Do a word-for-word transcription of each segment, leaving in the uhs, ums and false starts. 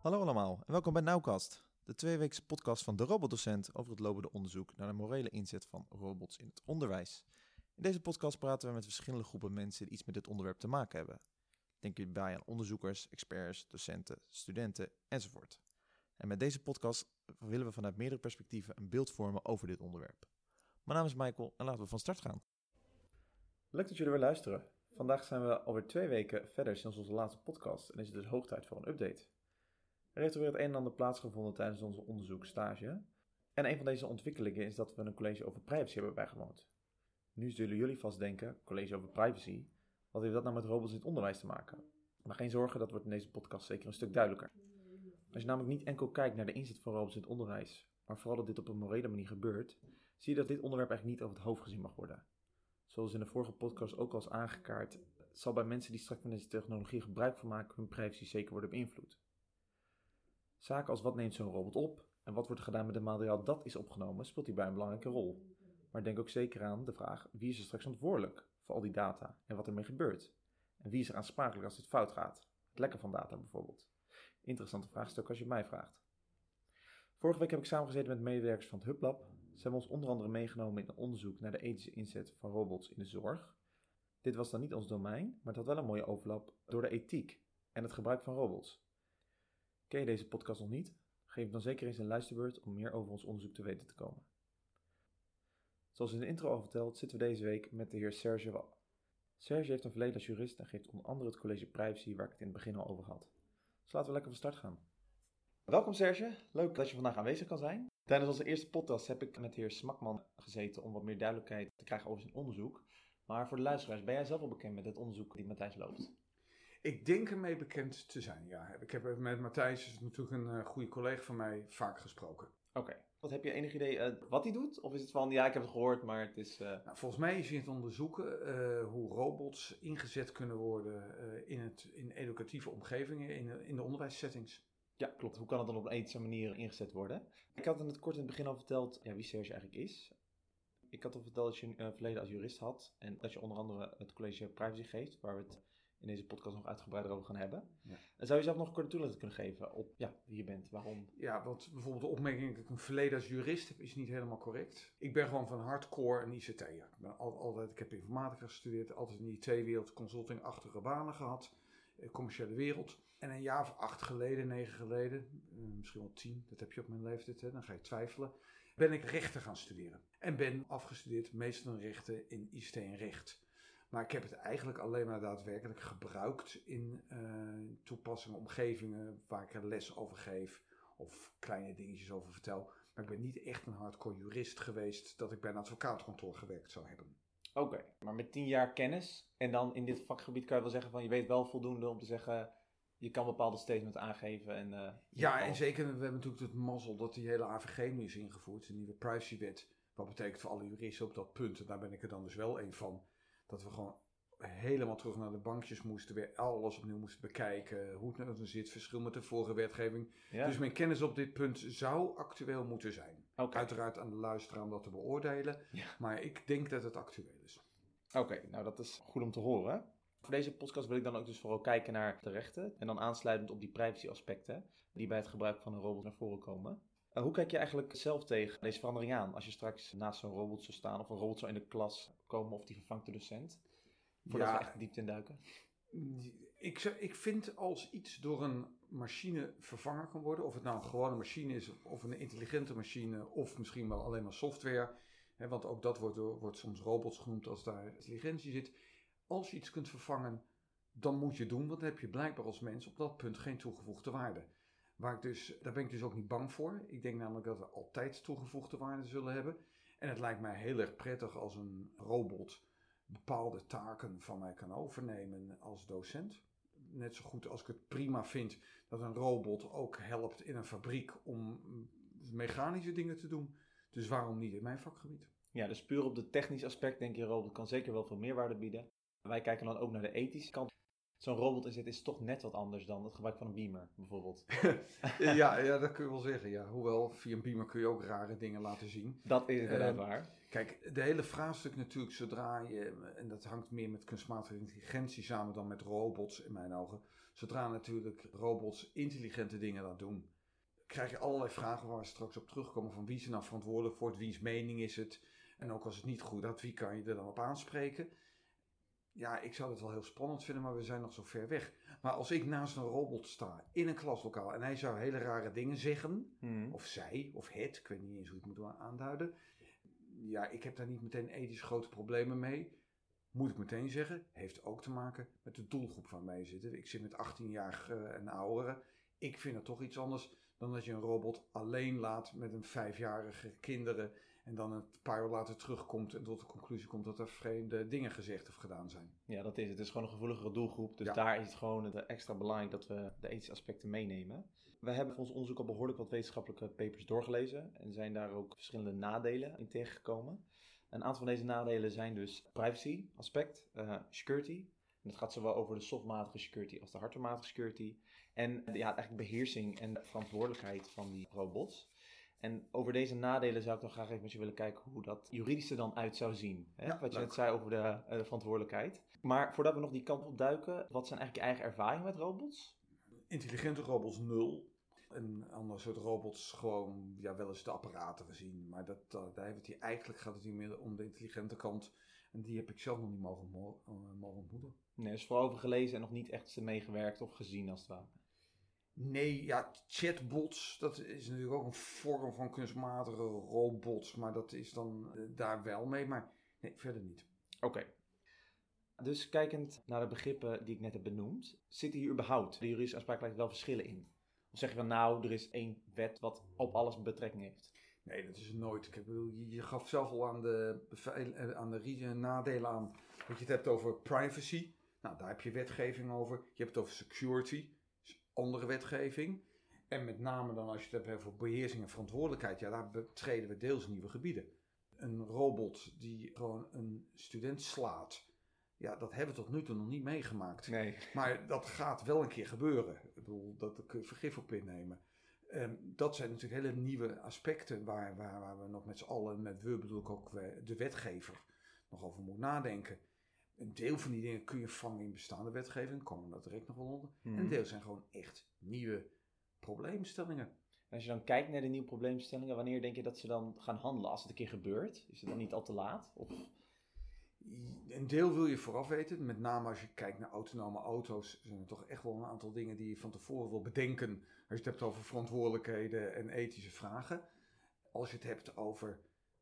Hallo allemaal en welkom bij Nauwkast, de tweeweekse podcast van de robotdocent over het lopende onderzoek naar de morele inzet van robots in het onderwijs. In deze podcast praten we met verschillende groepen mensen die iets met dit onderwerp te maken hebben. Denk hierbij aan onderzoekers, experts, docenten, studenten enzovoort. En met deze podcast willen we vanuit meerdere perspectieven een beeld vormen over dit onderwerp. Mijn naam is Michael en laten we van start gaan. Leuk dat jullie weer luisteren. Vandaag zijn we alweer twee weken verder sinds onze laatste podcast en is het dus hoog tijd voor een update. Er heeft er weer het een en ander plaatsgevonden tijdens onze onderzoekstage. En een van deze ontwikkelingen is dat we een college over privacy hebben bijgewoond. Nu zullen jullie vast denken, college over privacy, wat heeft dat nou met robots in het onderwijs te maken? Maar geen zorgen, dat wordt in deze podcast zeker een stuk duidelijker. Als je namelijk niet enkel kijkt naar de inzet van robots in het onderwijs, maar vooral dat dit op een morele manier gebeurt, zie je dat dit onderwerp eigenlijk niet over het hoofd gezien mag worden. Zoals in de vorige podcast ook al is aangekaart, zal bij mensen die straks van deze technologie gebruik van maken hun privacy zeker worden beïnvloed. Zaken als wat neemt zo'n robot op en wat wordt er gedaan met het materiaal dat is opgenomen, speelt hierbij een belangrijke rol. Maar denk ook zeker aan de vraag, wie is er straks verantwoordelijk voor al die data en wat ermee gebeurt? En wie is er aansprakelijk als dit fout gaat? Het lekken van data bijvoorbeeld. Interessante vraagstuk als je mij vraagt. Vorige week heb ik samengezeten met medewerkers van het HubLab. Ze hebben ons onder andere meegenomen in een onderzoek naar de ethische inzet van robots in de zorg. Dit was dan niet ons domein, maar het had wel een mooie overlap door de ethiek en het gebruik van robots. Ken je deze podcast nog niet? Geef hem dan zeker eens een luisterbeurt om meer over ons onderzoek te weten te komen. Zoals in de intro al verteld, zitten we deze week met de heer Serge Waal. Serge heeft een verleden als jurist en geeft onder andere het college privacy waar ik het in het begin al over had. Dus laten we lekker van start gaan. Welkom Serge, leuk dat je vandaag aanwezig kan zijn. Tijdens onze eerste podcast heb ik met de heer Smakman gezeten om wat meer duidelijkheid te krijgen over zijn onderzoek. Maar voor de luisteraars, ben jij zelf al bekend met het onderzoek die Matthijs loopt? Ik denk ermee bekend te zijn, ja. Ik heb met Matthijs, is natuurlijk een uh, goede collega van mij, vaak gesproken. Oké. Okay. Wat heb je enig idee uh, wat hij doet? Of is het van, ja, ik heb het gehoord, maar het is... Uh... Nou, volgens mij is hij het onderzoeken uh, hoe robots ingezet kunnen worden uh, in, het, in educatieve omgevingen, in, in de onderwijssettings. Ja, klopt. Hoe kan het dan op een ethische manier ingezet worden? Ik had in het kort in het begin al verteld ja, wie Serge eigenlijk is. Ik had al verteld dat je een uh, verleden als jurist had en dat je onder andere het college privacy geeft, waar we het in deze podcast nog uitgebreider over gaan hebben. Ja. En zou je zelf nog een korte toelichting kunnen geven op ja, wie je bent, waarom? Ja, want bijvoorbeeld de opmerking dat ik een verleden als jurist heb, is niet helemaal correct. Ik ben gewoon van hardcore een I C T'er. Ik, ben al, altijd, ik heb informatica gestudeerd, altijd in de I T-wereld, consulting-achtige banen gehad, commerciële wereld. En een jaar of acht geleden, negen geleden, misschien wel tien, dat heb je op mijn leeftijd, hè, dan ga je twijfelen, ben ik rechten gaan studeren. En ben afgestudeerd meestal in rechten in I C T en recht. Maar ik heb het eigenlijk alleen maar daadwerkelijk gebruikt in uh, toepassingen, omgevingen waar ik er les over geef of kleine dingetjes over vertel. Maar ik ben niet echt een hardcore jurist geweest dat ik bij een advocaatkantoor gewerkt zou hebben. Oké, okay, maar met tien jaar kennis en dan in dit vakgebied kan je wel zeggen van je weet wel voldoende om te zeggen je kan bepaalde statements aangeven. En, uh, ja, en zeker we hebben natuurlijk het mazzel dat die hele A V G nu is ingevoerd, de nieuwe privacywet. Wat betekent voor alle juristen op dat punt, en daar ben ik er dan dus wel een van, dat we gewoon helemaal terug naar de bankjes moesten, weer alles opnieuw moesten bekijken, hoe het nou zit, verschil met de vorige wetgeving. Ja. Dus mijn kennis op dit punt zou actueel moeten zijn. Okay. Uiteraard aan de luisteraar om dat te beoordelen, ja. Maar ik denk dat het actueel is. Oké, okay, nou dat is goed om te horen. Voor deze podcast wil ik dan ook dus vooral kijken naar de rechten en dan aansluitend op die privacy aspecten die bij het gebruik van een robot naar voren komen. Uh, hoe kijk je eigenlijk zelf tegen deze verandering aan als je straks naast zo'n robot zou staan of een robot zou in de klas komen of die vervangt de docent? Voordat ja, we echt diepte induiken. Ik, ik vind als iets door een machine vervangen kan worden, of het nou een gewone machine is of een intelligente machine of misschien wel alleen maar software, hè, want ook dat wordt, wordt soms robots genoemd als daar intelligentie zit. Als je iets kunt vervangen, dan moet je het doen, want dan heb je blijkbaar als mens op dat punt geen toegevoegde waarde. Waar ik dus, daar ben ik dus ook niet bang voor. Ik denk namelijk dat we altijd toegevoegde waarde zullen hebben. En het lijkt mij heel erg prettig als een robot bepaalde taken van mij kan overnemen als docent. Net zo goed als ik het prima vind dat een robot ook helpt in een fabriek om mechanische dingen te doen. Dus waarom niet in mijn vakgebied? Ja, dus puur op het technisch aspect denk je, een robot kan zeker wel veel meerwaarde bieden. Wij kijken dan ook naar de ethische kant. Zo'n robot inzet is toch net wat anders dan het gebruik van een beamer, bijvoorbeeld. ja, ja, dat kun je wel zeggen. Ja. Hoewel, via een beamer kun je ook rare dingen laten zien. Dat is inderdaad uh, waar. Kijk, de hele vraagstuk natuurlijk, zodra je, en dat hangt meer met kunstmatige intelligentie samen dan met robots in mijn ogen. Zodra natuurlijk robots intelligente dingen dat doen, krijg je allerlei vragen waar we straks op terugkomen. Van wie is er nou verantwoordelijk voor het, wie's mening is het? En ook als het niet goed gaat, wie kan je er dan op aanspreken? Ja, ik zou dat wel heel spannend vinden, maar we zijn nog zo ver weg. Maar als ik naast een robot sta in een klaslokaal en hij zou hele rare dingen zeggen, Hmm. of zij, of het, ik weet niet eens hoe ik het moet aanduiden. Ja, ik heb daar niet meteen ethisch grote problemen mee. Moet ik meteen zeggen, heeft ook te maken met de doelgroep van mij zitten. Ik zit met achttienjarigen en ouderen. Ik vind het toch iets anders dan dat je een robot alleen laat met een vijfjarige kinderen en dan een paar jaar later terugkomt en tot de conclusie komt dat er vreemde dingen gezegd of gedaan zijn. Ja, dat is het. Het is gewoon een gevoeligere doelgroep. Dus Ja. daar is het gewoon extra belangrijk dat we de ethische aspecten meenemen. We hebben voor ons onderzoek al behoorlijk wat wetenschappelijke papers doorgelezen en zijn daar ook verschillende nadelen in tegengekomen. Een aantal van deze nadelen zijn dus privacy aspect, uh, security. En dat gaat zowel over de softmatige security als de hardwarematige security. En ja, eigenlijk beheersing en verantwoordelijkheid van die robots. En over deze nadelen zou ik dan graag even met je willen kijken hoe dat juridisch er dan uit zou zien. Hè? Ja, Wat je leuk. net zei over de, uh, de verantwoordelijkheid. Maar voordat we nog die kant op duiken, wat zijn eigenlijk je eigen ervaringen met robots? Intelligente robots nul. En ander soort robots gewoon, ja, wel eens de apparaten gezien. Maar dat, dat, daar hebben we het hier, eigenlijk gaat het hier meer om de intelligente kant. En die heb ik zelf nog niet mogen, mo- uh, mogen ontmoeten. Nee, dus vooral over gelezen en nog niet echt meegewerkt of gezien als het ware. Nee, ja, chatbots, dat is natuurlijk ook een vorm van kunstmatige robots. Maar dat is dan uh, daar wel mee, maar nee, verder niet. Oké. Okay. Dus kijkend naar de begrippen die ik net heb benoemd, zitten hier überhaupt de juridische aansprakelijkheid wel verschillen in? Of zeg je van nou, er is één wet wat op alles betrekking heeft? Nee, dat is het nooit. Ik bedoel, je, je gaf zelf al aan de, beveil, aan de nadelen aan dat je het hebt over privacy. Nou, daar heb je wetgeving over. Je hebt het over security, dus andere wetgeving. En met name dan als je het hebt over beheersing en verantwoordelijkheid, ja, daar betreden we deels nieuwe gebieden. Een robot die gewoon een student slaat, ja, dat hebben we tot nu toe nog niet meegemaakt. Nee. Maar dat gaat wel een keer gebeuren. Ik bedoel, dat kun je vergif op innemen. Um, dat zijn natuurlijk hele nieuwe aspecten waar, waar, waar we nog met z'n allen, met we bedoel ik ook de wetgever, nog over moet nadenken. Een deel van die dingen kun je vangen in bestaande wetgeving, komen we daar direct nog wel onder. Hmm. En een deel zijn gewoon echt nieuwe probleemstellingen. En als je dan kijkt naar de nieuwe probleemstellingen, wanneer denk je dat ze dan gaan handelen? Als het een keer gebeurt, is het dan niet al te laat? Of... Een deel wil je vooraf weten, met name als je kijkt naar autonome auto's, zijn er toch echt wel een aantal dingen die je van tevoren wil bedenken als je het hebt over verantwoordelijkheden en ethische vragen. Als je het hebt over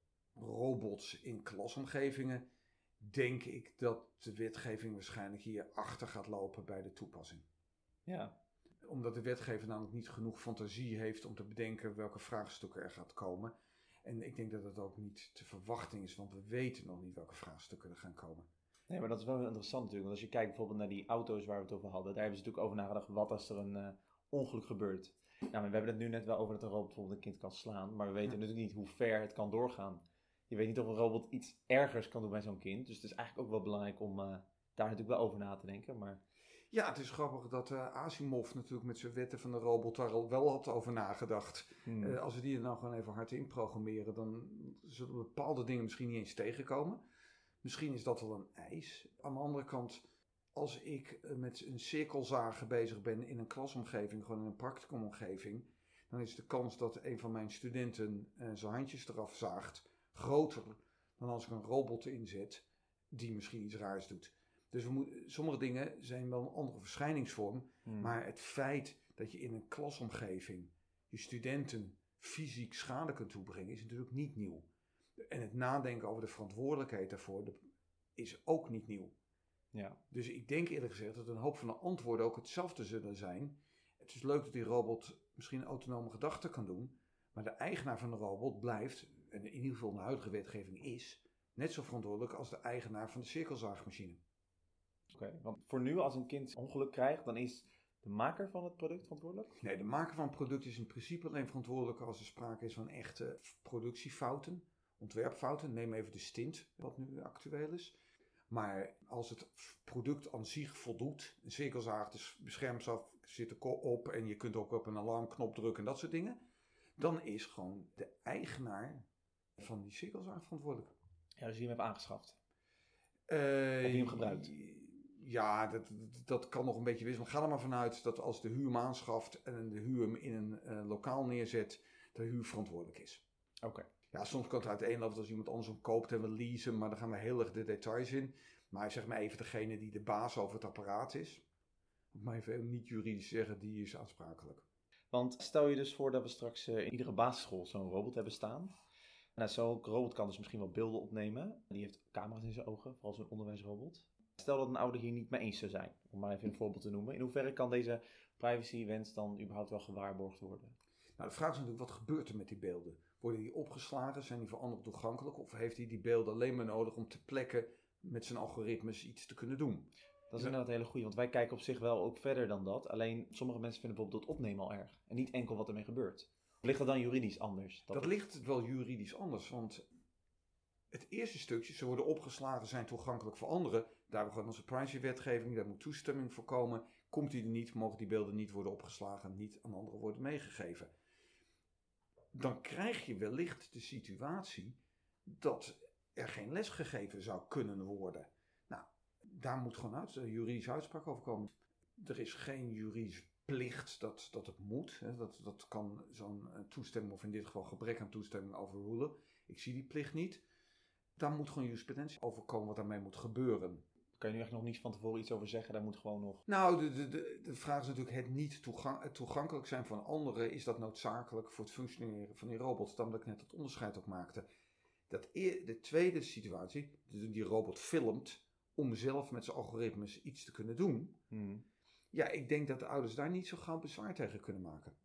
robots in klasomgevingen, denk ik dat de wetgeving waarschijnlijk hier achter gaat lopen bij de toepassing. Ja. Omdat de wetgever namelijk niet genoeg fantasie heeft om te bedenken welke vraagstukken er gaat komen. En ik denk dat het ook niet te verwachting is, want we weten nog niet welke vraagstukken er gaan komen. Nee, maar dat is wel heel interessant natuurlijk. Want als je kijkt bijvoorbeeld naar die auto's waar we het over hadden, daar hebben ze natuurlijk over nagedacht, wat als er een uh, ongeluk gebeurt. Nou, we hebben het nu net wel over dat een robot bijvoorbeeld een kind kan slaan, maar we weten ja. natuurlijk niet hoe ver het kan doorgaan. Je weet niet of een robot iets ergers kan doen bij zo'n kind. Dus het is eigenlijk ook wel belangrijk om uh, daar natuurlijk wel over na te denken. Maar... Ja, het is grappig dat uh, Asimov natuurlijk met zijn wetten van de robot daar al wel had over nagedacht. Hmm. Uh, als we die er nou gewoon even hard in programmeren, dan zullen bepaalde dingen misschien niet eens tegenkomen. Misschien is dat wel een eis. Aan de andere kant, als ik uh, met een cirkelzagen bezig ben in een klasomgeving, gewoon in een practicumomgeving, dan is de kans dat een van mijn studenten uh, zijn handjes eraf zaagt groter dan als ik een robot inzet die misschien iets raars doet. Dus we moeten, sommige dingen zijn wel een andere verschijningsvorm. Hmm. Maar het feit dat je in een klasomgeving je studenten fysiek schade kunt toebrengen is natuurlijk niet nieuw. En het nadenken over de verantwoordelijkheid daarvoor de, is ook niet nieuw. Ja. Dus ik denk eerlijk gezegd dat een hoop van de antwoorden ook hetzelfde zullen zijn. Het is leuk dat die robot misschien een autonome gedachte kan doen. Maar de eigenaar van de robot blijft, en in ieder geval in de huidige wetgeving is, net zo verantwoordelijk als de eigenaar van de cirkelzaagmachine. Oké, okay, want voor nu als een kind ongeluk krijgt, dan is de maker van het product verantwoordelijk? Nee, de maker van het product is in principe alleen verantwoordelijk als er sprake is van echte productiefouten, ontwerpfouten. Neem even de stint, wat nu actueel is. Maar als het product aan zich voldoet, een cirkelzaag, de beschermsaf zit er op en je kunt ook op een alarmknop drukken en dat soort dingen, dan is gewoon de eigenaar van die cirkelzaag verantwoordelijk. Ja, dus je hem hebt aangeschaft. Uh, of je hem gebruikt. Ja, dat, dat kan nog een beetje wisselen. Ga er maar vanuit dat als de huur hem aanschaft en de huur hem in een uh, lokaal neerzet, de huur verantwoordelijk is. Oké. Okay. Ja, soms kan het uiteenlopen als iemand anders hem koopt en we leasen, maar dan gaan we heel erg de details in. Maar zeg maar even degene die de baas over het apparaat is, om maar even niet juridisch zeggen, die is aansprakelijk. Want stel je dus voor dat we straks uh, in iedere basisschool zo'n robot hebben staan. Nou, zo'n robot kan dus misschien wel beelden opnemen. Die heeft camera's in zijn ogen, vooral zo'n onderwijsrobot. Stel dat een ouder hier niet mee eens zou zijn, om maar even een voorbeeld te noemen. In hoeverre kan deze privacywens dan überhaupt wel gewaarborgd worden? Nou, de vraag is natuurlijk, wat gebeurt er met die beelden? Worden die opgeslagen? Zijn die voor anderen toegankelijk? Of heeft hij die beelden alleen maar nodig om ter plekke met zijn algoritmes iets te kunnen doen? Dat is inderdaad een hele goeie, want wij kijken op zich wel ook verder dan dat. Alleen sommige mensen vinden bijvoorbeeld dat opnemen al erg. En niet enkel wat ermee gebeurt. Ligt dat dan juridisch anders? Dat, dat ligt wel juridisch anders, want het eerste stukje, ze worden opgeslagen, zijn toegankelijk voor anderen. Daar hebben we gewoon onze privacywetgeving, daar moet toestemming voor komen. Komt die er niet, mogen die beelden niet worden opgeslagen, niet aan anderen worden meegegeven. Dan krijg je wellicht de situatie dat er geen les gegeven zou kunnen worden. Nou, daar moet gewoon uit, een juridische uitspraak over komen. Er is geen juridisch plicht dat, dat het moet. Hè. Dat, dat kan zo'n toestemming, of in dit geval gebrek aan toestemming, overrulen. Ik zie die plicht niet. Daar moet gewoon jurisprudentie over komen wat daarmee moet gebeuren. Kan je nu echt nog niet van tevoren iets over zeggen? Daar moet gewoon nog... Nou, de, de, de, de vraag is natuurlijk het niet toegang, het toegankelijk zijn van anderen. Is dat noodzakelijk voor het functioneren van die robots? Dan dat ik net het onderscheid ook maakte. Dat eer, de tweede situatie, die robot filmt om zelf met zijn algoritmes iets te kunnen doen. Hmm. Ja, ik denk dat de ouders daar niet zo gauw bezwaar tegen kunnen maken.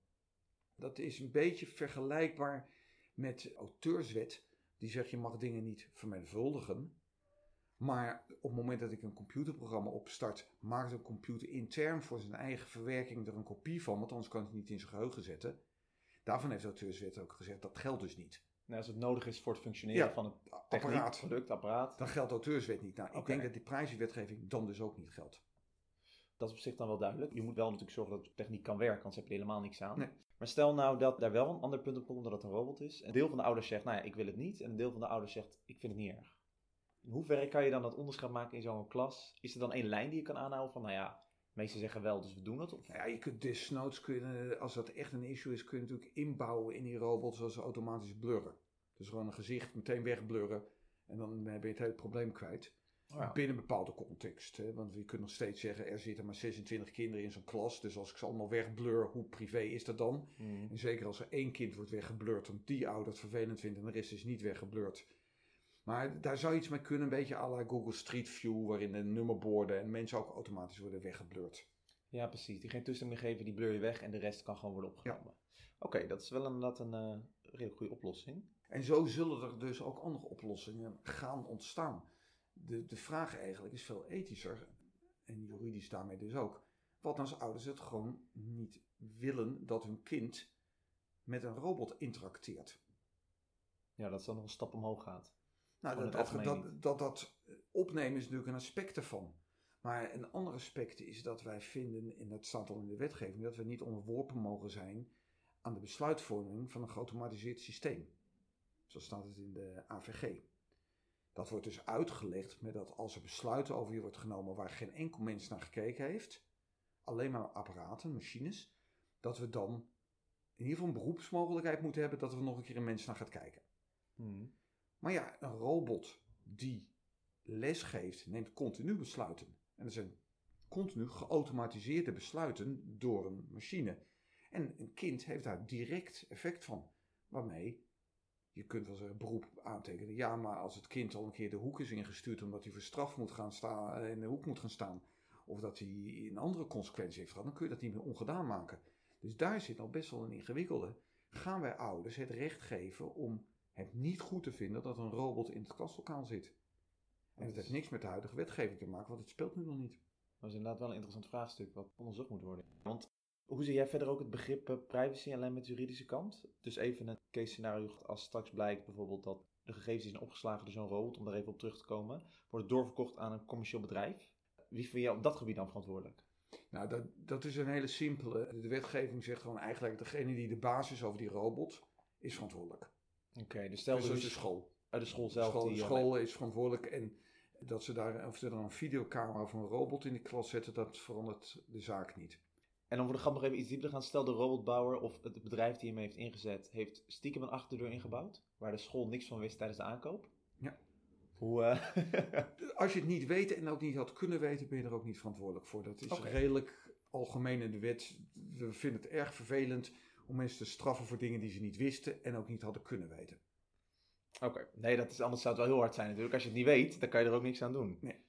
Dat is een beetje vergelijkbaar met auteurswet. Die zegt je mag dingen niet vermenigvuldigen. Maar op het moment dat ik een computerprogramma opstart, maakt een computer intern voor zijn eigen verwerking er een kopie van. Want anders kan het niet in zijn geheugen zetten. Daarvan heeft de auteurswet ook gezegd, dat geldt dus niet. Nou, als het nodig is voor het functioneren ja, van het techniek, apparaat, product, apparaat. Dan geldt de auteurswet niet. Nou, Okay. Ik denk dat die privacywetgeving dan dus ook niet geldt. Dat is op zich dan wel duidelijk. Je moet wel natuurlijk zorgen dat de techniek kan werken, anders heb je er helemaal niks aan. Nee. Maar stel nou dat daar wel een ander punt op komt, omdat het een robot is. Een deel van de ouders zegt, nou ja, ik wil het niet. En een deel van de ouders zegt, ik vind het niet erg. In hoeverre kan je dan dat onderscheid maken in zo'n klas? Is er dan één lijn die je kan aanhouden van, nou ja, de meesten zeggen wel, dus we doen het? Of? Nou ja, je kunt desnoods, kun je, als dat echt een issue is, kun je natuurlijk inbouwen in die robots zoals ze automatisch blurren. Dus gewoon een gezicht meteen wegblurren en dan ben je het hele probleem kwijt. Oh ja. Binnen een bepaalde context. Hè? Want je kunt nog steeds zeggen, er zitten maar zesentwintig kinderen in zo'n klas. Dus als ik ze allemaal wegblur, hoe privé is dat dan? Mm. En zeker als er één kind wordt weggeblurred, omdat die ouder het vervelend vindt en de rest is niet weggeblurred. Maar daar zou iets mee kunnen, een beetje à la Google Street View, waarin de nummerborden en mensen ook automatisch worden weggeblurred. Ja, precies. Die geen toestemming geven, die blur je weg en de rest kan gewoon worden opgenomen. Ja. Oké, okay, dat is wel inderdaad een uh, redelijk goede oplossing. En zo zullen er dus ook andere oplossingen gaan ontstaan. De, de vraag eigenlijk is veel ethischer, en juridisch daarmee dus ook. Wat nou als ouders het gewoon niet willen dat hun kind met een robot interacteert? Ja, dat het dan nog een stap omhoog gaat. Nou, dat dat, dat, dat dat opnemen is natuurlijk een aspect ervan. Maar een ander aspect is dat wij vinden, en dat staat al in de wetgeving, dat we niet onderworpen mogen zijn aan de besluitvorming van een geautomatiseerd systeem. Zo staat het in de A V G. Dat wordt dus uitgelegd met dat als er besluiten over je wordt genomen waar geen enkel mens naar gekeken heeft, alleen maar apparaten, machines, dat we dan in ieder geval een beroepsmogelijkheid moeten hebben dat er nog een keer een mens naar gaat kijken. Hmm. Maar ja, een robot die les geeft, neemt continu besluiten. En er zijn continu geautomatiseerde besluiten door een machine. En een kind heeft daar direct effect van, waarmee je kunt wel zeggen beroep aantekenen. Ja, maar als het kind al een keer de hoek is ingestuurd omdat hij voor straf moet gaan staan, in de hoek moet gaan staan, of dat hij een andere consequentie heeft gehad, dan kun je dat niet meer ongedaan maken. Dus daar zit al best wel een ingewikkelde. Gaan wij ouders het recht geven om het niet goed te vinden dat een robot in het klaslokaal zit? En het heeft niks met de huidige wetgeving te maken, want het speelt nu nog niet. Dat is inderdaad wel een interessant vraagstuk wat onderzocht moet worden. Want hoe zie jij verder ook het begrip uh, privacy alleen met de juridische kant? Dus even een case scenario als straks blijkt bijvoorbeeld dat de gegevens die zijn opgeslagen door zo'n robot, om daar even op terug te komen, worden doorverkocht aan een commercieel bedrijf. Wie vind jij op dat gebied dan verantwoordelijk? Nou, dat, dat is een hele simpele. De wetgeving zegt gewoon eigenlijk degene die de basis over die robot is verantwoordelijk. Oké, okay, dus stel dus dus dat is de school. Uit de school zelf? School, die, school is verantwoordelijk en dat ze daar, of ze dan een videocamera of een robot in de klas zetten, dat verandert de zaak niet. En dan voor de grap nog even iets dieper gaan. Stel de robotbouwer of het bedrijf die hem heeft ingezet, heeft stiekem een achterdeur ingebouwd, waar de school niks van wist tijdens de aankoop. Ja. Hoe, uh... Als je het niet weet en ook niet had kunnen weten, ben je er ook niet verantwoordelijk voor. Dat is okay. redelijk algemeen in de wet. We vinden het erg vervelend om mensen te straffen voor dingen die ze niet wisten en ook niet hadden kunnen weten. Oké, okay. Nee, dat is, anders zou het wel heel hard zijn natuurlijk. Als je het niet weet, dan kan je er ook niks aan doen. Nee.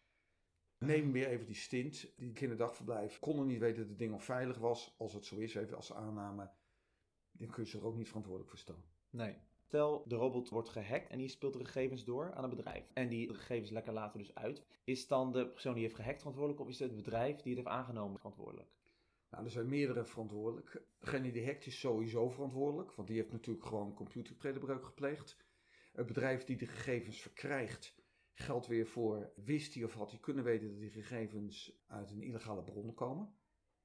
Neem weer even die stint. Die kinderdagverblijf konden niet weten dat het ding onveilig was. Als het zo is, even als aanname, dan kun je ze er ook niet verantwoordelijk voor stellen. Nee. Stel, de robot wordt gehackt en die speelt de gegevens door aan een bedrijf. En die gegevens lekker later dus uit. Is dan de persoon die heeft gehackt verantwoordelijk of is het bedrijf die het heeft aangenomen verantwoordelijk? Nou, er zijn meerdere verantwoordelijk. Degene die hackt is sowieso verantwoordelijk, want die heeft natuurlijk gewoon computervredebreuk gepleegd. Het bedrijf die de gegevens verkrijgt, geldt weer voor, wist hij of had hij kunnen weten dat die gegevens uit een illegale bron komen.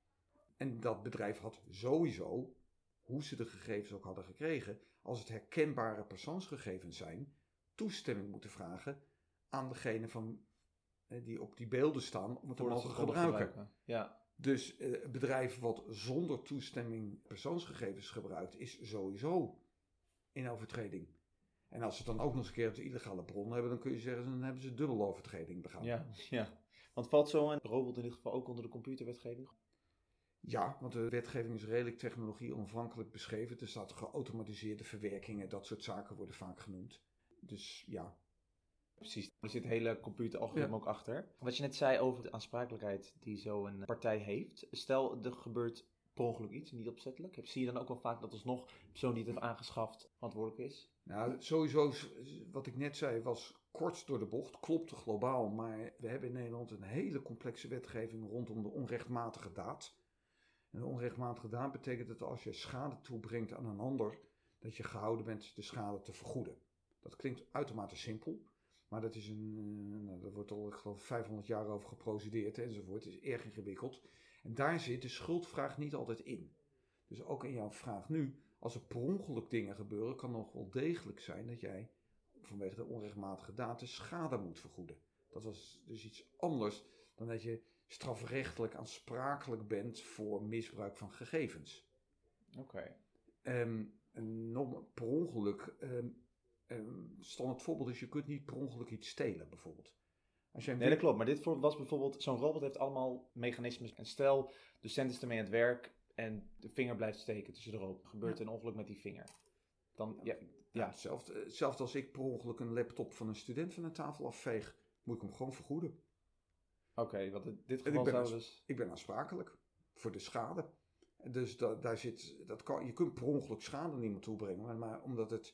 En dat bedrijf had sowieso, hoe ze de gegevens ook hadden gekregen, als het herkenbare persoonsgegevens zijn, toestemming moeten vragen aan degene van, eh, die op die beelden staan om het te mogen gebruiken. gebruiken. Ja. Dus eh, het bedrijf wat zonder toestemming persoonsgegevens gebruikt, is sowieso in overtreding. En als ze het dan ook nog eens een keer op de illegale bron hebben, dan kun je zeggen, dan hebben ze dubbel overtreding begaan. Ja, ja. Want valt zo'n robot in dit geval ook onder de computerwetgeving? Ja, want de wetgeving is redelijk technologie onafhankelijk beschreven. Er staat geautomatiseerde verwerkingen, dat soort zaken worden vaak genoemd. Dus ja. Precies, er zit hele computeralgoritme ja. ook achter. Wat je net zei over de aansprakelijkheid die zo'n partij heeft. Stel, er gebeurt per ongeluk iets, niet opzettelijk. Zie je dan ook wel vaak dat alsnog de persoon die het heeft aangeschaft verantwoordelijk is? Nou, sowieso, wat ik net zei, was kort door de bocht. Klopte globaal, maar we hebben in Nederland een hele complexe wetgeving rondom de onrechtmatige daad. En de onrechtmatige daad betekent dat als je schade toebrengt aan een ander, dat je gehouden bent de schade te vergoeden. Dat klinkt uitermate simpel, maar dat is een, nou, daar wordt al, ik geloof, vijfhonderd jaar over geprocedeerd enzovoort. Het is erg ingewikkeld. En daar zit de schuldvraag niet altijd in. Dus ook in jouw vraag nu, als er per ongeluk dingen gebeuren, kan het nog wel degelijk zijn dat jij vanwege de onrechtmatige daad de schade moet vergoeden. Dat was dus iets anders dan dat je strafrechtelijk aansprakelijk bent voor misbruik van gegevens. Oké. Okay. Um, en nog per ongeluk, um, um, standaard voorbeeld is, je kunt niet per ongeluk iets stelen bijvoorbeeld. Als jij nee, dat klopt. Maar dit was bijvoorbeeld, zo'n robot heeft allemaal mechanismes. En stel, de cent is ermee aan het werk en de vinger blijft steken tussen de robot. Gebeurt ja. een ongeluk met die vinger. Dan, ja, ja. ja hetzelfde, hetzelfde als ik per ongeluk een laptop van een student van de tafel afveeg, moet ik hem gewoon vergoeden. Oké, okay, want in dit geval zou dus... Ik ben aansprakelijk voor de schade. Dus da, daar zit, dat kan, je kunt per ongeluk schade aan iemand toebrengen, maar, maar omdat, het,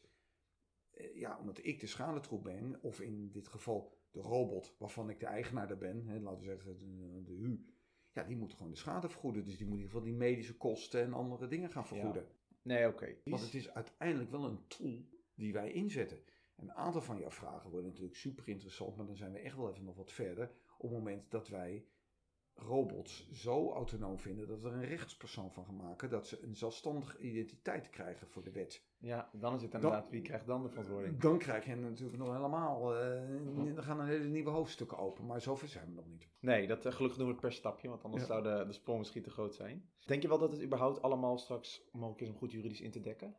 ja, omdat ik de schade toe ben, of in dit geval de robot waarvan ik de eigenaar daar ben, hè, laten we zeggen de, de U, ja, die moet gewoon de schade vergoeden. Dus die moet in ieder geval die medische kosten en andere dingen gaan vergoeden. Ja. Nee, oké. Okay. Want het is uiteindelijk wel een tool die wij inzetten. Een aantal van jouw vragen worden natuurlijk super interessant, maar dan zijn we echt wel even nog wat verder op het moment dat wij robots zo autonoom vinden dat we er een rechtspersoon van gaan maken, dat ze een zelfstandige identiteit krijgen voor de wet. Ja, dan is het inderdaad, dan, wie krijgt dan de verantwoording? Dan krijg je natuurlijk nog helemaal, uh, dan gaan er hele nieuwe hoofdstukken open, maar zover zijn we nog niet. Nee, dat, uh, gelukkig doen we het per stapje, want anders ja. zou de, de sprong misschien te groot zijn. Denk je wel dat het überhaupt allemaal straks mogelijk is om goed juridisch in te dekken?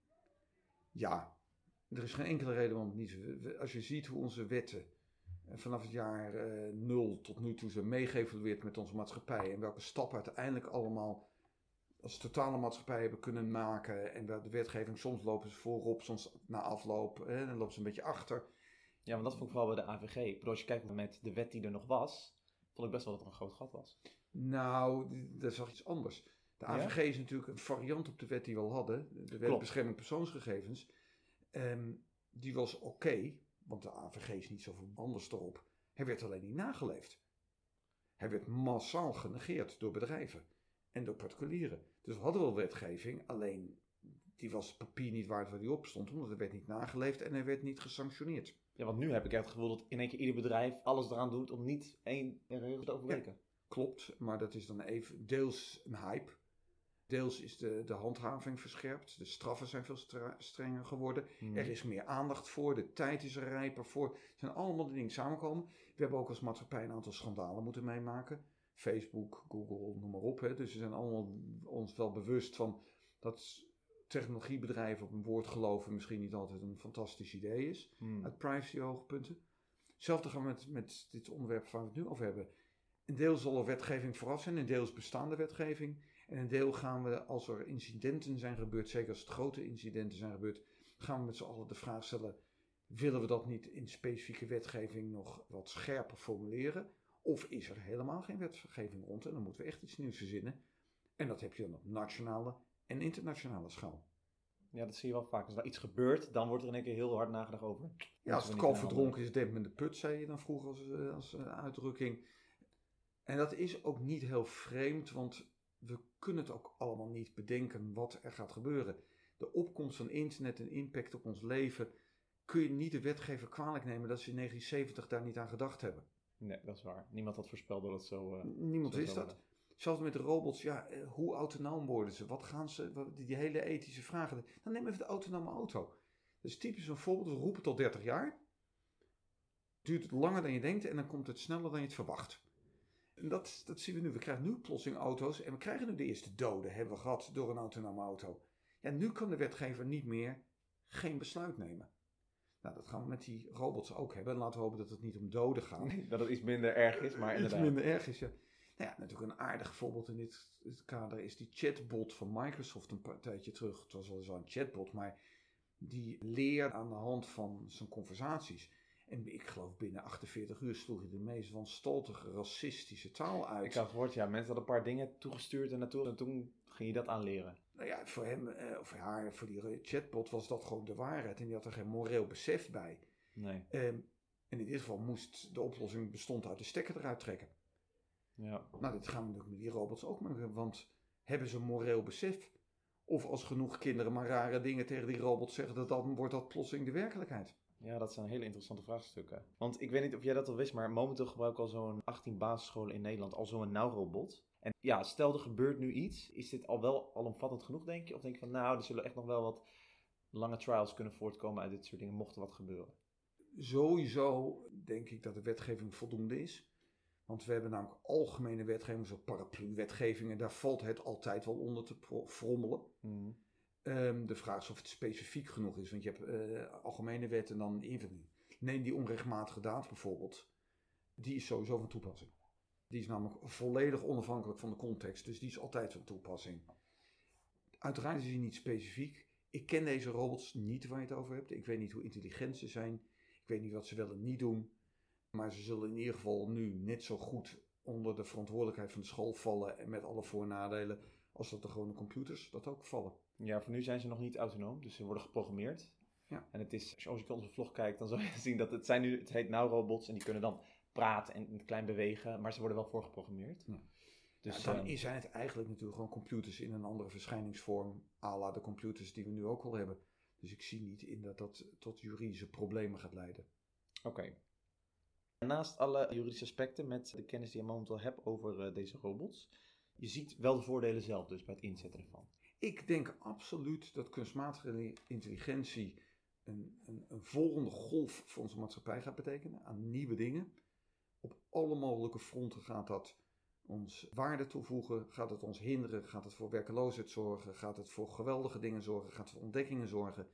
Ja, er is geen enkele reden waarom het niet. Als je ziet hoe onze wetten vanaf het jaar uh, nul tot nu toe zijn meegeëvalueerd met onze maatschappij. En welke stappen uiteindelijk allemaal als totale maatschappij hebben kunnen maken. En de wetgeving, soms lopen ze voorop, soms na afloop. Hè, dan lopen ze een beetje achter. Ja, want dat vond ik vooral bij de A V G. Maar als je kijkt met de wet die er nog was, vond ik best wel dat er een groot gat was. Nou, dat is nog iets anders. De A V G ja? is natuurlijk een variant op de wet die we al hadden. De wet bescherming persoonsgegevens. Um, die was oké. Okay, want de A V G is niet zoveel anders erop. Hij werd alleen niet nageleefd. Hij werd massaal genegeerd door bedrijven en door particulieren. Dus we hadden wel wetgeving, alleen die was het papier niet waard waar die op stond, omdat het werd niet nageleefd en hij werd niet gesanctioneerd. Ja, want nu heb ik het gevoel dat in één keer ieder bedrijf alles eraan doet om niet één regel te overbreken. Ja, klopt, maar dat is dan even deels een hype. Deels is de, de handhaving verscherpt. De straffen zijn veel stra- strenger geworden. Hmm. Er is meer aandacht voor. De tijd is er rijper voor. Het zijn allemaal de dingen die samenkomen. We hebben ook als maatschappij een aantal schandalen moeten meemaken. Facebook, Google, noem maar op. Hè. Dus we zijn allemaal ons wel bewust van dat technologiebedrijven op een woord geloven misschien niet altijd een fantastisch idee is. Hmm. Uit privacy oogpunten. Hetzelfde gaan we met, met dit onderwerp waar we het nu over hebben. Een deel zal er wetgeving vooraf zijn, een deel is bestaande wetgeving. En een deel gaan we, als er incidenten zijn gebeurd, zeker als het grote incidenten zijn gebeurd, gaan we met z'n allen de vraag stellen, willen we dat niet in specifieke wetgeving nog wat scherper formuleren? Of is er helemaal geen wetgeving rond en dan moeten we echt iets nieuws verzinnen? En dat heb je dan op nationale en internationale schaal. Ja, dat zie je wel vaak. Als er iets gebeurt, dan wordt er in één keer heel hard nagedacht over. Ja, als het kalf verdronken is, dempt men de put, zei je dan vroeger als, als uh, uitdrukking. En dat is ook niet heel vreemd, want we kunnen het ook allemaal niet bedenken wat er gaat gebeuren. De opkomst van internet en impact op ons leven kun je niet de wetgever kwalijk nemen dat ze in negentien zeventig daar niet aan gedacht hebben. Nee, dat is waar. Niemand had voorspeld dat het zo... Uh, Niemand zo wist dat. Worden. Zelfs met de robots, ja, hoe autonoom worden ze? Wat gaan ze, wat, die hele ethische vragen. Dan neem even de autonome auto. Dat is typisch een voorbeeld, we roepen het al dertig jaar. Duurt het langer dan je denkt en dan komt het sneller dan je het verwacht. En dat, dat zien we nu. We krijgen nu plotseling auto's en we krijgen nu de eerste doden, hebben we gehad door een autonome auto. Ja, nu kan de wetgever niet meer geen besluit nemen. Nou, dat gaan we met die robots ook hebben. En laten we hopen dat het niet om doden gaat. Nee, dat het iets minder erg is, maar inderdaad. Iets minder erg is, ja. Nou ja, natuurlijk een aardig voorbeeld in dit, dit kader is die chatbot van Microsoft een paar tijdje terug. Het was wel zo'n chatbot, maar die leert aan de hand van zijn conversaties. En ik geloof binnen achtenveertig uur sloeg je de meest wanstaltige, racistische taal uit. Ik had gehoord, ja, mensen hadden een paar dingen toegestuurd en, naartoe, en toen ging je dat aanleren. Nou ja, voor hem, eh, of haar, voor die chatbot was dat gewoon de waarheid. En die had er geen moreel besef bij. Nee. Um, en in dit geval moest de oplossing bestond uit de stekker eruit trekken. Ja. Nou, dit gaan we natuurlijk met die robots ook maken, want hebben ze moreel besef? Of als genoeg kinderen maar rare dingen tegen die robots zeggen, dat dan wordt dat plotseling de werkelijkheid. Ja, dat zijn hele interessante vraagstukken. Want ik weet niet of jij dat al wist, maar momenteel gebruiken al zo'n achttien basisscholen in Nederland al zo'n nauwrobot. En ja, stel er gebeurt nu iets, is dit al wel alomvattend genoeg, denk je? Of denk je van, nou, er zullen echt nog wel wat lange trials kunnen voortkomen uit dit soort dingen, mocht er wat gebeuren? Sowieso denk ik dat de wetgeving voldoende is. Want we hebben namelijk algemene wetgeving, zoals paraplu-wetgevingen, daar valt het altijd wel onder te pro- frommelen. Mm. Um, de vraag is of het specifiek genoeg is, want je hebt uh, algemene wet en dan invulling. Neem die onrechtmatige daad bijvoorbeeld, die is sowieso van toepassing. Die is namelijk volledig onafhankelijk van de context, dus die is altijd van toepassing. Uiteraard is die niet specifiek. Ik ken deze robots niet waar je het over hebt. Ik weet niet hoe intelligent ze zijn. Ik weet niet wat ze wel en niet doen. Maar ze zullen in ieder geval nu net zo goed onder de verantwoordelijkheid van de school vallen en met alle voor- en nadelen als dat de gewone computers dat ook vallen. Ja, voor nu zijn ze nog niet autonoom, dus ze worden geprogrammeerd. Ja. En het is, als je onze vlog kijkt, dan zal je zien dat het zijn nu, het heet nou robots en die kunnen dan praten en klein bewegen, maar ze worden wel voorgeprogrammeerd. Ja. Dus ja, dan um, zijn het eigenlijk natuurlijk gewoon computers in een andere verschijningsvorm, à la de computers die we nu ook al hebben. Dus ik zie niet in dat dat tot juridische problemen gaat leiden. Oké. Okay. Naast alle juridische aspecten met de kennis die je momenteel hebt over uh, deze robots, je ziet wel de voordelen zelf dus bij het inzetten ervan. Ik denk absoluut dat kunstmatige intelligentie een, een, een volgende golf voor onze maatschappij gaat betekenen aan nieuwe dingen. Op alle mogelijke fronten gaat dat ons waarde toevoegen, gaat het ons hinderen, gaat het voor werkeloosheid zorgen, gaat het voor geweldige dingen zorgen, gaat het voor ontdekkingen zorgen.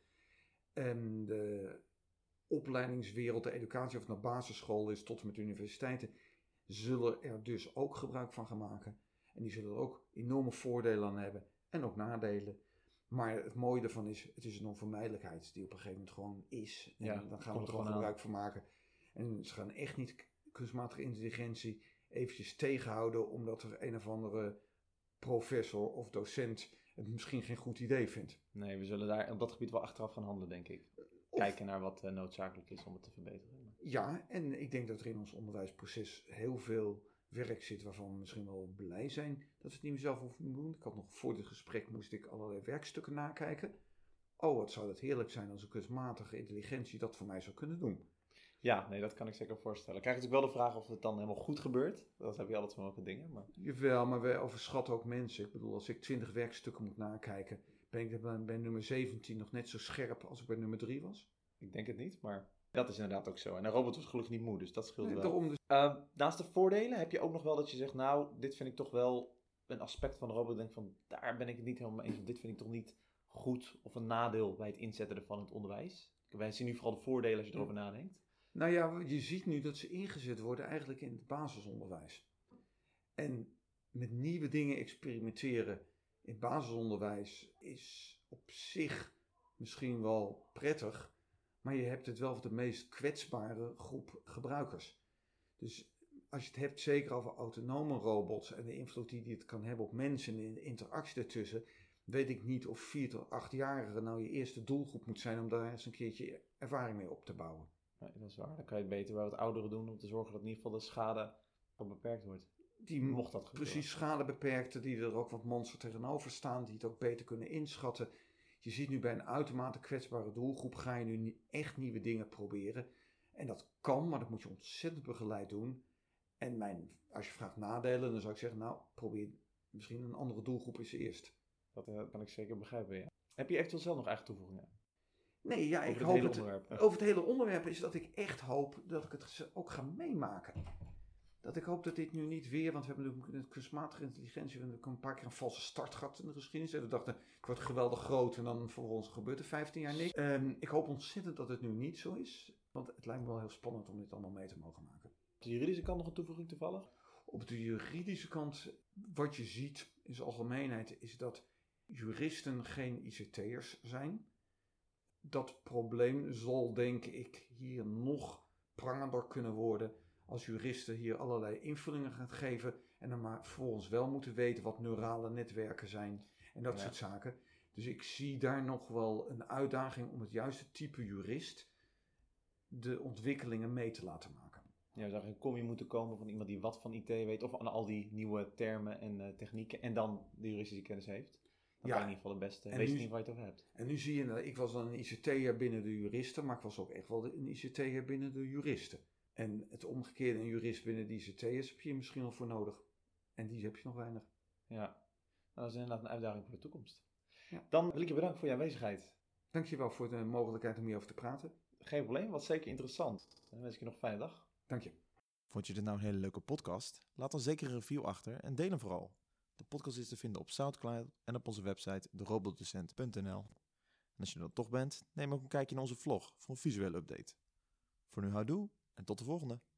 En de opleidingswereld, de educatie, of het naar basisschool is tot en met universiteiten, zullen er dus ook gebruik van gaan maken. En die zullen er ook enorme voordelen aan hebben en ook nadelen. Maar het mooie ervan is, het is een onvermijdelijkheid die op een gegeven moment gewoon is. En ja, dan gaan we er gewoon gebruik van maken. En ze gaan echt niet kunstmatige intelligentie eventjes tegenhouden omdat er een of andere professor of docent het misschien geen goed idee vindt. Nee, we zullen daar op dat gebied wel achteraf gaan handelen, denk ik. Of, kijken naar wat uh, noodzakelijk is om het te verbeteren. Ja, en ik denk dat er in ons onderwijsproces heel veel werk zit waarvan we misschien wel blij zijn dat we het niet meer zelf hoeven te doen. Ik had nog voor dit gesprek moest ik allerlei werkstukken nakijken. Oh, wat zou dat heerlijk zijn als een kunstmatige intelligentie dat voor mij zou kunnen doen. Ja, nee, dat kan ik zeker voorstellen. Ik krijg natuurlijk wel de vraag of het dan helemaal goed gebeurt. Dat heb je altijd van welke dingen. Maar... Jawel, maar wij overschatten ook mensen. Ik bedoel, als ik twintig werkstukken moet nakijken, ben ik bij, bij nummer zeventien nog net zo scherp als ik bij nummer drie was. Ik denk het niet, maar dat is inderdaad ook zo. En een robot was gelukkig niet moe, dus dat scheelt Nee, wel. daarom dus. Uh, naast de voordelen heb je ook nog wel dat je zegt, nou, dit vind ik toch wel een aspect van de robot. Ik denk van, daar ben ik het niet helemaal mee eens. Dit vind ik toch niet goed of een nadeel bij het inzetten ervan in het onderwijs. Wij zien nu vooral de voordelen als je erover nadenkt. Nou ja, je ziet nu dat ze ingezet worden eigenlijk in het basisonderwijs. En met nieuwe dingen experimenteren in het basisonderwijs is op zich misschien wel prettig, maar je hebt het wel voor de meest kwetsbare groep gebruikers. Dus als je het hebt zeker over autonome robots en de invloed die het kan hebben op mensen en de interactie ertussen, weet ik niet of vier tot achtjarigen nou je eerste doelgroep moet zijn om daar eens een keertje ervaring mee op te bouwen. Nee, dat is waar. Dan kan je het beter bij wat ouderen doen om te zorgen dat in ieder geval de schade wat beperkt wordt. Die mocht dat gebeuren. Precies schadebeperkte, die er ook wat monster tegenover staan, die het ook beter kunnen inschatten. Je ziet nu bij een uitermate kwetsbare doelgroep ga je nu echt nieuwe dingen proberen. En dat kan, maar dat moet je ontzettend begeleid doen. En mijn, als je vraagt nadelen, dan zou ik zeggen, nou, probeer misschien een andere doelgroep eens eerst. Dat uh, kan ik zeker begrijpen, ja. Heb je eventueel zelf nog eigen toevoegingen? Nee, ja, ik over hoop het het. onderwerp. Over het hele onderwerp is dat ik echt hoop dat ik het ook ga meemaken. Dat ik hoop dat dit nu niet weer, want we hebben natuurlijk met kunstmatige intelligentie we hebben een paar keer een valse start gehad in de geschiedenis. En we dachten, het wordt geweldig groot en dan vervolgens gebeurt er vijftien jaar niks. Um, ik hoop ontzettend dat het nu niet zo is, want het lijkt me wel heel spannend om dit allemaal mee te mogen maken. Op de juridische kant nog een toevoeging toevallig? Op de juridische kant, wat je ziet in zijn algemeenheid, is dat juristen geen I C T'ers zijn. Dat probleem zal, denk ik, hier nog prangender kunnen worden als juristen hier allerlei invullingen gaan geven en dan maar vervolgens wel moeten weten wat neurale netwerken zijn en dat ja. soort zaken. Dus ik zie daar nog wel een uitdaging om het juiste type jurist de ontwikkelingen mee te laten maken. Ja, we zagen een combi moeten komen van iemand die wat van I T weet of aan al die nieuwe termen en uh, technieken en dan de juridische kennis heeft. Dan ja. kan je in ieder geval het beste weten niet waar je het over hebt. En nu zie je, ik was dan een I C T'er binnen de juristen, maar ik was ook echt wel een I C T'er binnen de juristen. En het omgekeerde, een jurist binnen de I C T'ers heb je misschien nog voor nodig. En die heb je nog weinig. Ja, nou, dat is inderdaad een uitdaging voor de toekomst. Ja. Dan wil ik je bedanken voor je aanwezigheid. Dankjewel voor de mogelijkheid om hierover te praten. Geen probleem, was zeker interessant. Dan wens ik je nog een fijne dag. Dank je. Vond je dit nou een hele leuke podcast? Laat dan zeker een review achter en deel hem vooral. De podcast is te vinden op Soundcloud en op onze website de robotdocent punt n l. En als je er toch bent, neem ook een kijkje in onze vlog voor een visuele update. Voor nu houdoe en tot de volgende.